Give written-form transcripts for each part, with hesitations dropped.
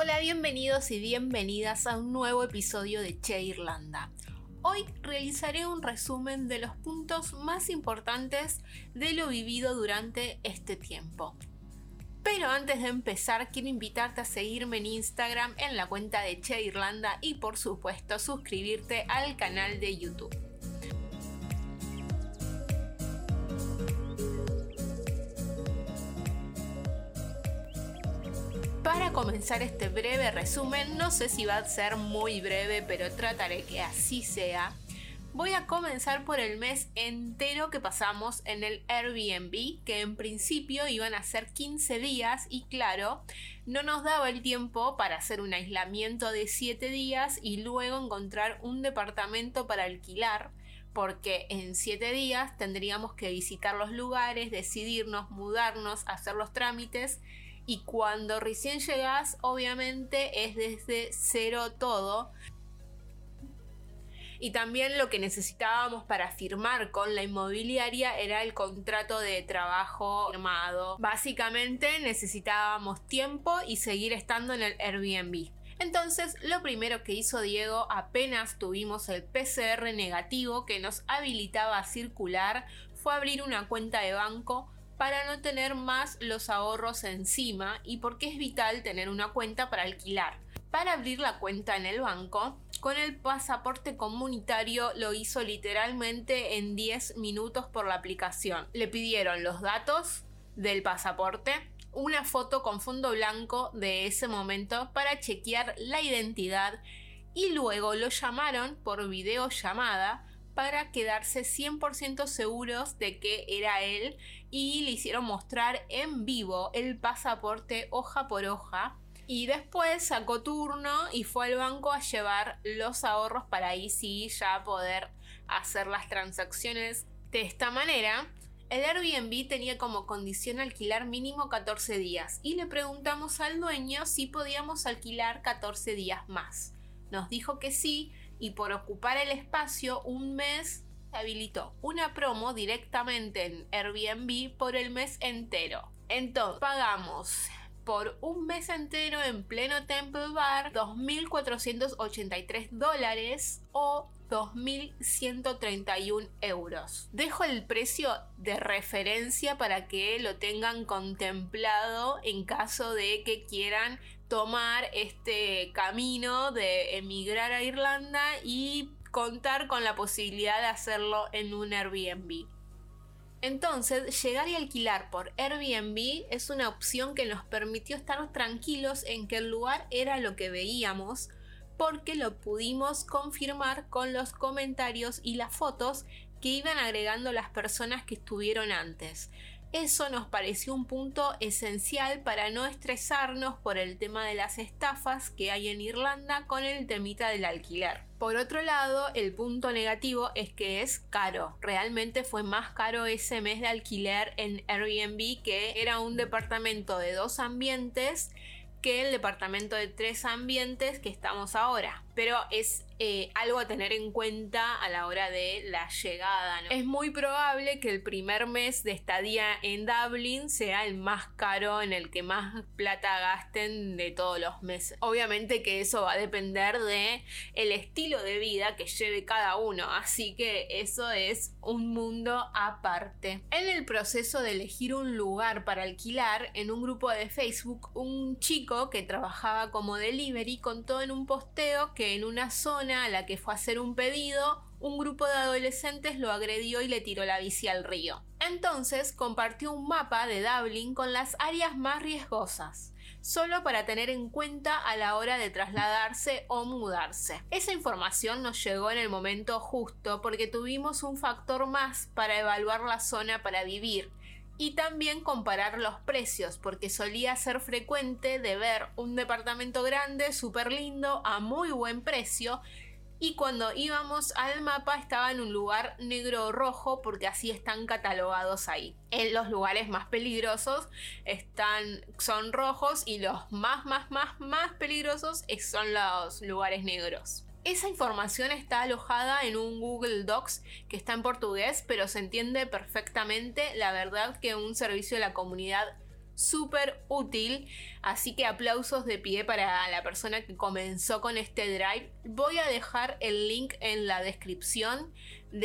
Hola, bienvenidos y bienvenidas a un nuevo episodio de Che Irlanda. Hoy realizaré un resumen de los puntos más importantes de lo vivido durante este tiempo. Pero antes de empezar, quiero invitarte a seguirme en Instagram en la cuenta de Che Irlanda y por supuesto suscribirte al canal de YouTube. Para comenzar este breve resumen, no sé si va a ser muy breve, pero trataré que así sea. Voy a comenzar por el mes entero que pasamos en el Airbnb, que en principio iban a ser 15 días y claro, no nos daba el tiempo para hacer un aislamiento de 7 días y luego encontrar un departamento para alquilar, porque en 7 días tendríamos que visitar los lugares, decidirnos, mudarnos, hacer los trámites. Y cuando recién llegás, obviamente es desde cero todo. Y también lo que necesitábamos para firmar con la inmobiliaria era el contrato de trabajo firmado. Básicamente necesitábamos tiempo y seguir estando en el Airbnb. Entonces, lo primero que hizo Diego apenas tuvimos el PCR negativo que nos habilitaba a circular fue abrir una cuenta de banco para no tener más los ahorros encima y porque es vital tener una cuenta para alquilar. Para abrir la cuenta en el banco, con el pasaporte comunitario lo hizo literalmente en 10 minutos por la aplicación. Le pidieron los datos del pasaporte, una foto con fondo blanco de ese momento para chequear la identidad y luego lo llamaron por videollamada para quedarse 100% seguros de que era él y le hicieron mostrar en vivo el pasaporte hoja por hoja y después sacó turno y fue al banco a llevar los ahorros para ahí sí ya poder hacer las transacciones. De esta manera, el Airbnb tenía como condición alquilar mínimo 14 días y le preguntamos al dueño si podíamos alquilar 14 días más. Nos dijo que sí y por ocupar el espacio un mes se habilitó una promo directamente en Airbnb por el mes entero. Entonces pagamos por un mes entero en pleno Temple Bar $2.483 o 2.131 euros. Dejo el precio de referencia para que lo tengan contemplado en caso de que quieran tomar este camino de emigrar a Irlanda y contar con la posibilidad de hacerlo en un Airbnb. Entonces, llegar y alquilar por Airbnb es una opción que nos permitió estar tranquilos en que el lugar era lo que veíamos, porque lo pudimos confirmar con los comentarios y las fotos que iban agregando las personas que estuvieron antes. Eso nos pareció un punto esencial para no estresarnos por el tema de las estafas que hay en Irlanda con el temita del alquiler. Por otro lado, el punto negativo es que es caro. Realmente fue más caro ese mes de alquiler en Airbnb, que era un departamento de 2 ambientes, que el departamento de 3 ambientes que estamos ahora. Pero es algo a tener en cuenta a la hora de la llegada, ¿no? Es muy probable que el primer mes de estadía en Dublin sea el más caro, en el que más plata gasten de todos los meses. Obviamente que eso va a depender de el estilo de vida que lleve cada uno, así que eso es un mundo aparte. En el proceso de elegir un lugar para alquilar, en un grupo de Facebook, un chico que trabajaba como delivery contó en un posteo que en una zona a la que fue a hacer un pedido, un grupo de adolescentes lo agredió y le tiró la bici al río. Entonces compartió un mapa de Dublin con las áreas más riesgosas, solo para tener en cuenta a la hora de trasladarse o mudarse. Esa información nos llegó en el momento justo porque tuvimos un factor más para evaluar la zona para vivir y también comparar los precios, porque solía ser frecuente de ver un departamento grande, súper lindo, a muy buen precio, y cuando íbamos al mapa estaba en un lugar negro o rojo, porque así están catalogados ahí. En los lugares más peligrosos son rojos y los más peligrosos son los lugares negros. Esa información está alojada en un Google Docs que está en portugués, pero se entiende perfectamente. La verdad que un servicio de la comunidad súper útil, así que aplausos de pie para la persona que comenzó con este drive. Voy a dejar el link en la descripción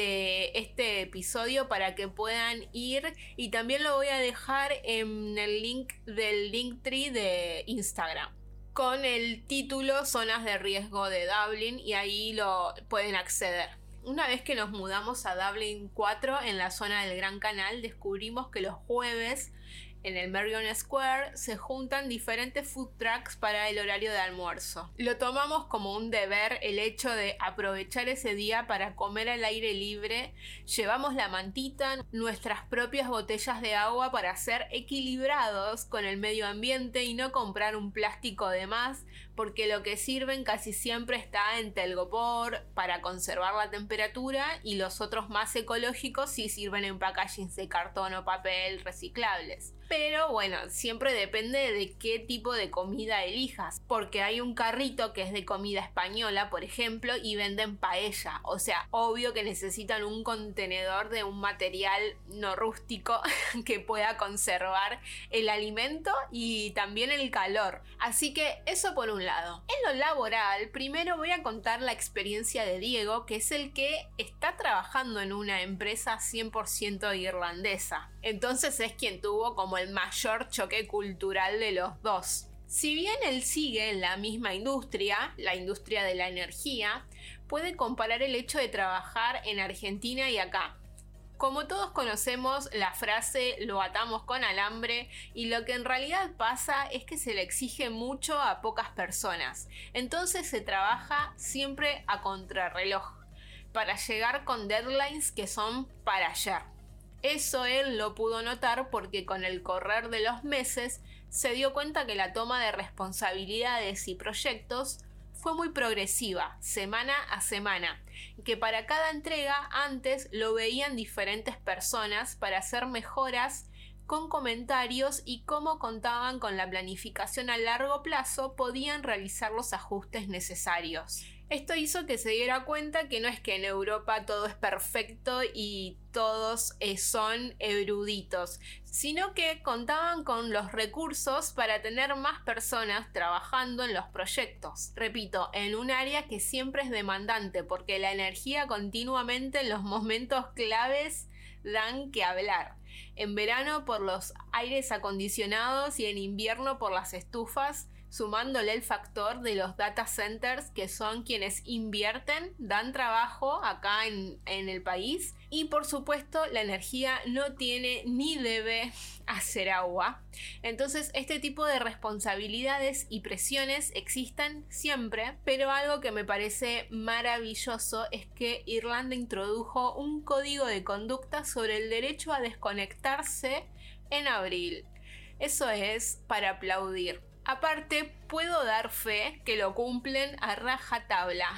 de este episodio para que puedan ir, y también lo voy a dejar en el link del Linktree de Instagram con el título Zonas de Riesgo de Dublín, y ahí lo pueden acceder. Una vez que nos mudamos a Dublin 4 en la zona del Gran Canal, descubrimos que los jueves en el Merrion Square se juntan diferentes food trucks para el horario de almuerzo. Lo tomamos como un deber el hecho de aprovechar ese día para comer al aire libre. Llevamos la mantita, nuestras propias botellas de agua para ser equilibrados con el medio ambiente y no comprar un plástico de más, porque lo que sirven casi siempre está en telgopor para conservar la temperatura, y los otros más ecológicos sí sirven en packaging de cartón o papel reciclables. Pero bueno, siempre depende de qué tipo de comida elijas, porque hay un carrito que es de comida española, por ejemplo, y venden paella. O sea, obvio que necesitan un contenedor de un material no rústico que pueda conservar el alimento y también el calor. Así que eso por un lado. En lo laboral, primero voy a contar la experiencia de Diego, que es el que está trabajando en una empresa 100% irlandesa. Entonces es quien tuvo como el mayor choque cultural de los dos. Si bien él sigue en la misma industria, la industria de la energía, puede comparar el hecho de trabajar en Argentina y acá. Como todos conocemos la frase "lo atamos con alambre", y lo que en realidad pasa es que se le exige mucho a pocas personas. Entonces se trabaja siempre a contrarreloj, para llegar con deadlines que son para ayer. Eso él lo pudo notar porque con el correr de los meses se dio cuenta que la toma de responsabilidades y proyectos fue muy progresiva, semana a semana, que para cada entrega antes lo veían diferentes personas para hacer mejoras con comentarios, y cómo contaban con la planificación a largo plazo podían realizar los ajustes necesarios. Esto hizo que se diera cuenta que no es que en Europa todo es perfecto y todos son eruditos, sino que contaban con los recursos para tener más personas trabajando en los proyectos. Repito, en un área que siempre es demandante, porque la energía continuamente en los momentos claves dan que hablar. En verano por los aires acondicionados y en invierno por las estufas, sumándole el factor de los data centers, que son quienes invierten, dan trabajo acá en el país, y por supuesto la energía no tiene ni debe hacer agua. Entonces este tipo de responsabilidades y presiones existen siempre, pero algo que me parece maravilloso es que Irlanda introdujo un código de conducta sobre el derecho a desconectarse en abril. Eso es para aplaudir. Aparte, puedo dar fe que lo cumplen a rajatabla.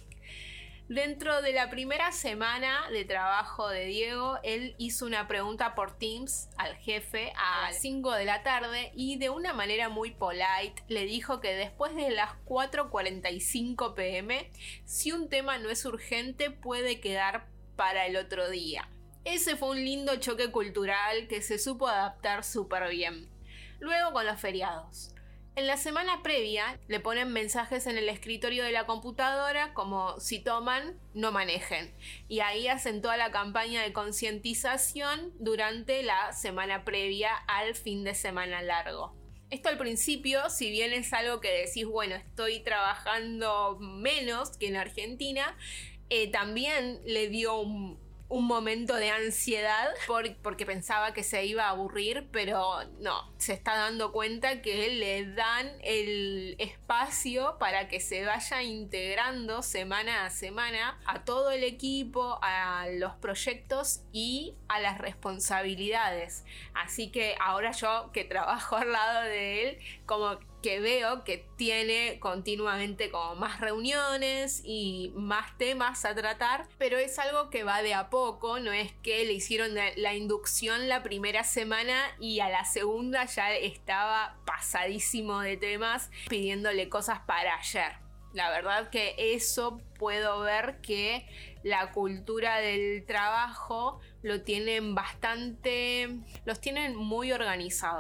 Dentro de la primera semana de trabajo de Diego, él hizo una pregunta por Teams al jefe a las 5 de la tarde, y de una manera muy polite le dijo que después de las 4:45 p.m, si un tema no es urgente, puede quedar para el otro día. Ese fue un lindo choque cultural que se supo adaptar súper bien. Luego con los feriados. En la semana previa le ponen mensajes en el escritorio de la computadora como "si toman, no manejen", y ahí hacen toda la campaña de concientización durante la semana previa al fin de semana largo. Esto al principio, si bien es algo que decís, bueno, estoy trabajando menos que en Argentina, también le dio un momento de ansiedad porque pensaba que se iba a aburrir, pero no, se está dando cuenta que le dan el espacio para que se vaya integrando semana a semana a todo el equipo, a los proyectos y a las responsabilidades. Así que ahora yo, que trabajo al lado de él, como que veo que tiene continuamente como más reuniones y más temas a tratar, pero es algo que va de a poco. No es que le hicieron la inducción la primera semana y a la segunda ya estaba pasadísimo de temas pidiéndole cosas para ayer. La verdad que eso puedo ver que la cultura del trabajo los tienen muy organizado.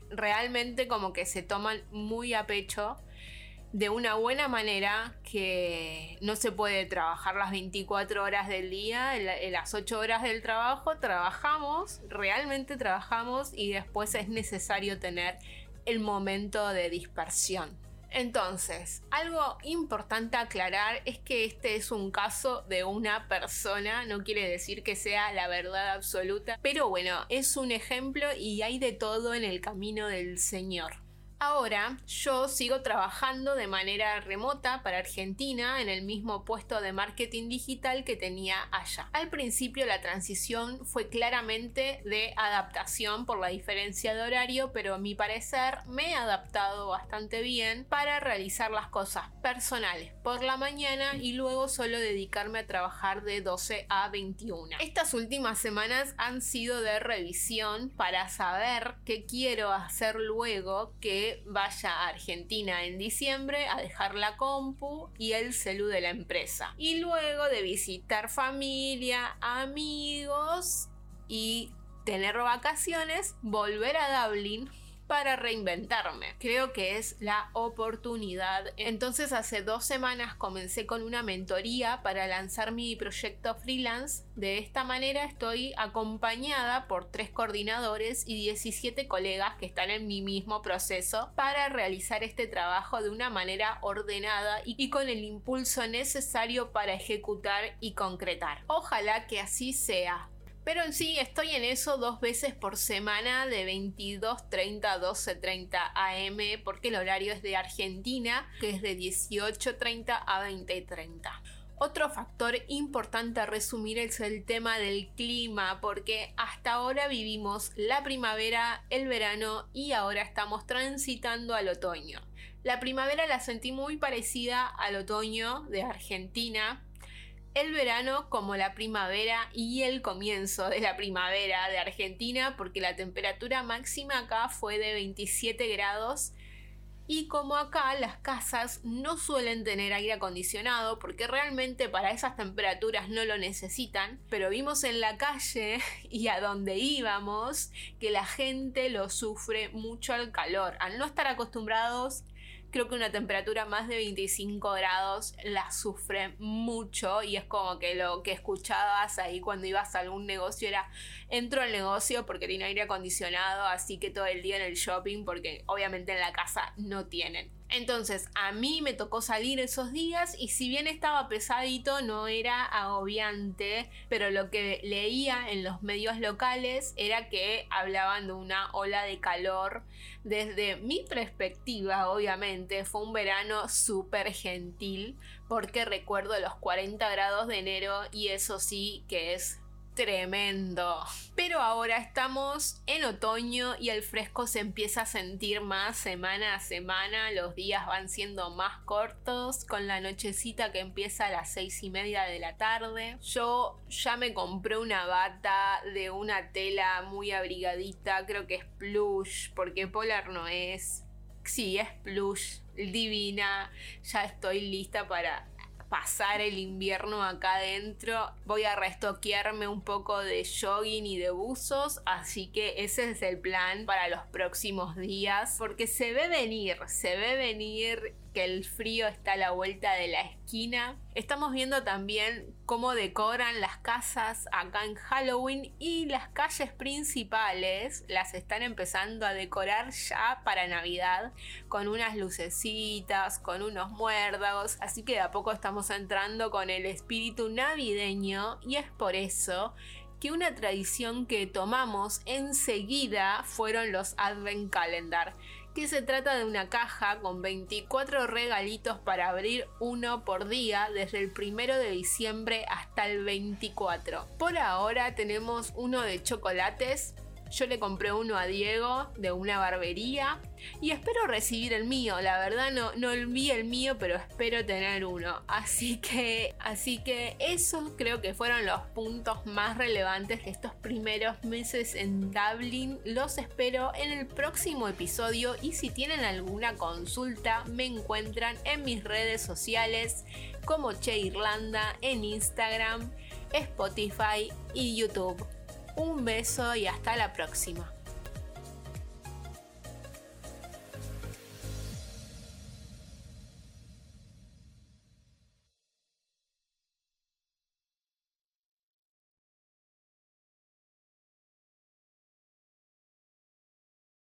realmente como que se toman muy a pecho de una buena manera, que no se puede trabajar las 24 horas del día, en las 8 horas del trabajo trabajamos, realmente trabajamos, y después es necesario tener el momento de dispersión. Entonces, algo importante a aclarar es que este es un caso de una persona, no quiere decir que sea la verdad absoluta, pero bueno, es un ejemplo y hay de todo en el camino del Señor. Ahora yo sigo trabajando de manera remota para Argentina en el mismo puesto de marketing digital que tenía allá. Al principio la transición fue claramente de adaptación por la diferencia de horario, pero a mi parecer me he adaptado bastante bien para realizar las cosas personales por la mañana y luego solo dedicarme a trabajar de 12 a 21. Estas últimas semanas han sido de revisión para saber qué quiero hacer luego que vaya a Argentina en diciembre a dejar la compu y el celu de la empresa, y luego de visitar familia, amigos y tener vacaciones, volver a Dublín para reinventarme. Creo que es la oportunidad. Entonces hace 2 semanas comencé con una mentoría para lanzar mi proyecto freelance. De esta manera estoy acompañada por 3 coordinadores y 17 colegas que están en mi mismo proceso para realizar este trabajo de una manera ordenada y con el impulso necesario para ejecutar y concretar. Ojalá que así sea. Pero en sí estoy en eso 2 veces por semana de 22:30 a 12:30 am, porque el horario es de Argentina, que es de 18:30 a 20:30. Otro factor importante a resumir es el tema del clima, porque hasta ahora vivimos la primavera, el verano y ahora estamos transitando al otoño. La primavera la sentí muy parecida al otoño de Argentina, el verano como la primavera y el comienzo de la primavera de Argentina, porque la temperatura máxima acá fue de 27 grados. Y como acá las casas no suelen tener aire acondicionado, porque realmente para esas temperaturas no lo necesitan, pero vimos en la calle y a donde íbamos que la gente lo sufre mucho al calor. Al no estar acostumbrados, creo que una temperatura más de 25 grados la sufre mucho, y es como que lo que escuchabas ahí cuando ibas a algún negocio era: entro al negocio porque tiene aire acondicionado, así que todo el día en el shopping, porque obviamente en la casa no tienen. Entonces a mí me tocó salir esos días y si bien estaba pesadito no era agobiante, pero lo que leía en los medios locales era que hablaban de una ola de calor. Desde mi perspectiva, obviamente fue un verano súper gentil, porque recuerdo los 40 grados de enero y eso sí que es tremendo. Pero ahora estamos en otoño y el fresco se empieza a sentir más semana a semana. Los días van siendo más cortos, con la nochecita que empieza a las 6:30 de la tarde. Yo ya me compré una bata de una tela muy abrigadita, creo que es plush, porque polar no es. Sí, es plush, divina. Ya estoy lista para pasar el invierno acá adentro. Voy a restoquearme un poco de jogging y de buzos, así que ese es el plan para los próximos días, porque se ve venir que el frío está a la vuelta de la esquina. Estamos viendo también cómo decoran las casas acá en Halloween, y las calles principales las están empezando a decorar ya para Navidad, con unas lucecitas, con unos muérdagos, así que de a poco estamos entrando con el espíritu navideño, y es por eso que una tradición que tomamos enseguida fueron los Advent Calendar, que se trata de una caja con 24 regalitos para abrir uno por día desde el 1 de diciembre hasta el 24. Por ahora tenemos uno de chocolates. Yo le compré uno a Diego de una barbería y espero recibir el mío. La verdad no vi el mío, pero espero tener uno. Así que esos creo que fueron los puntos más relevantes de estos primeros meses en Dublín. Los espero en el próximo episodio, y si tienen alguna consulta me encuentran en mis redes sociales como Che Irlanda en Instagram, Spotify y YouTube. Un beso y hasta la próxima.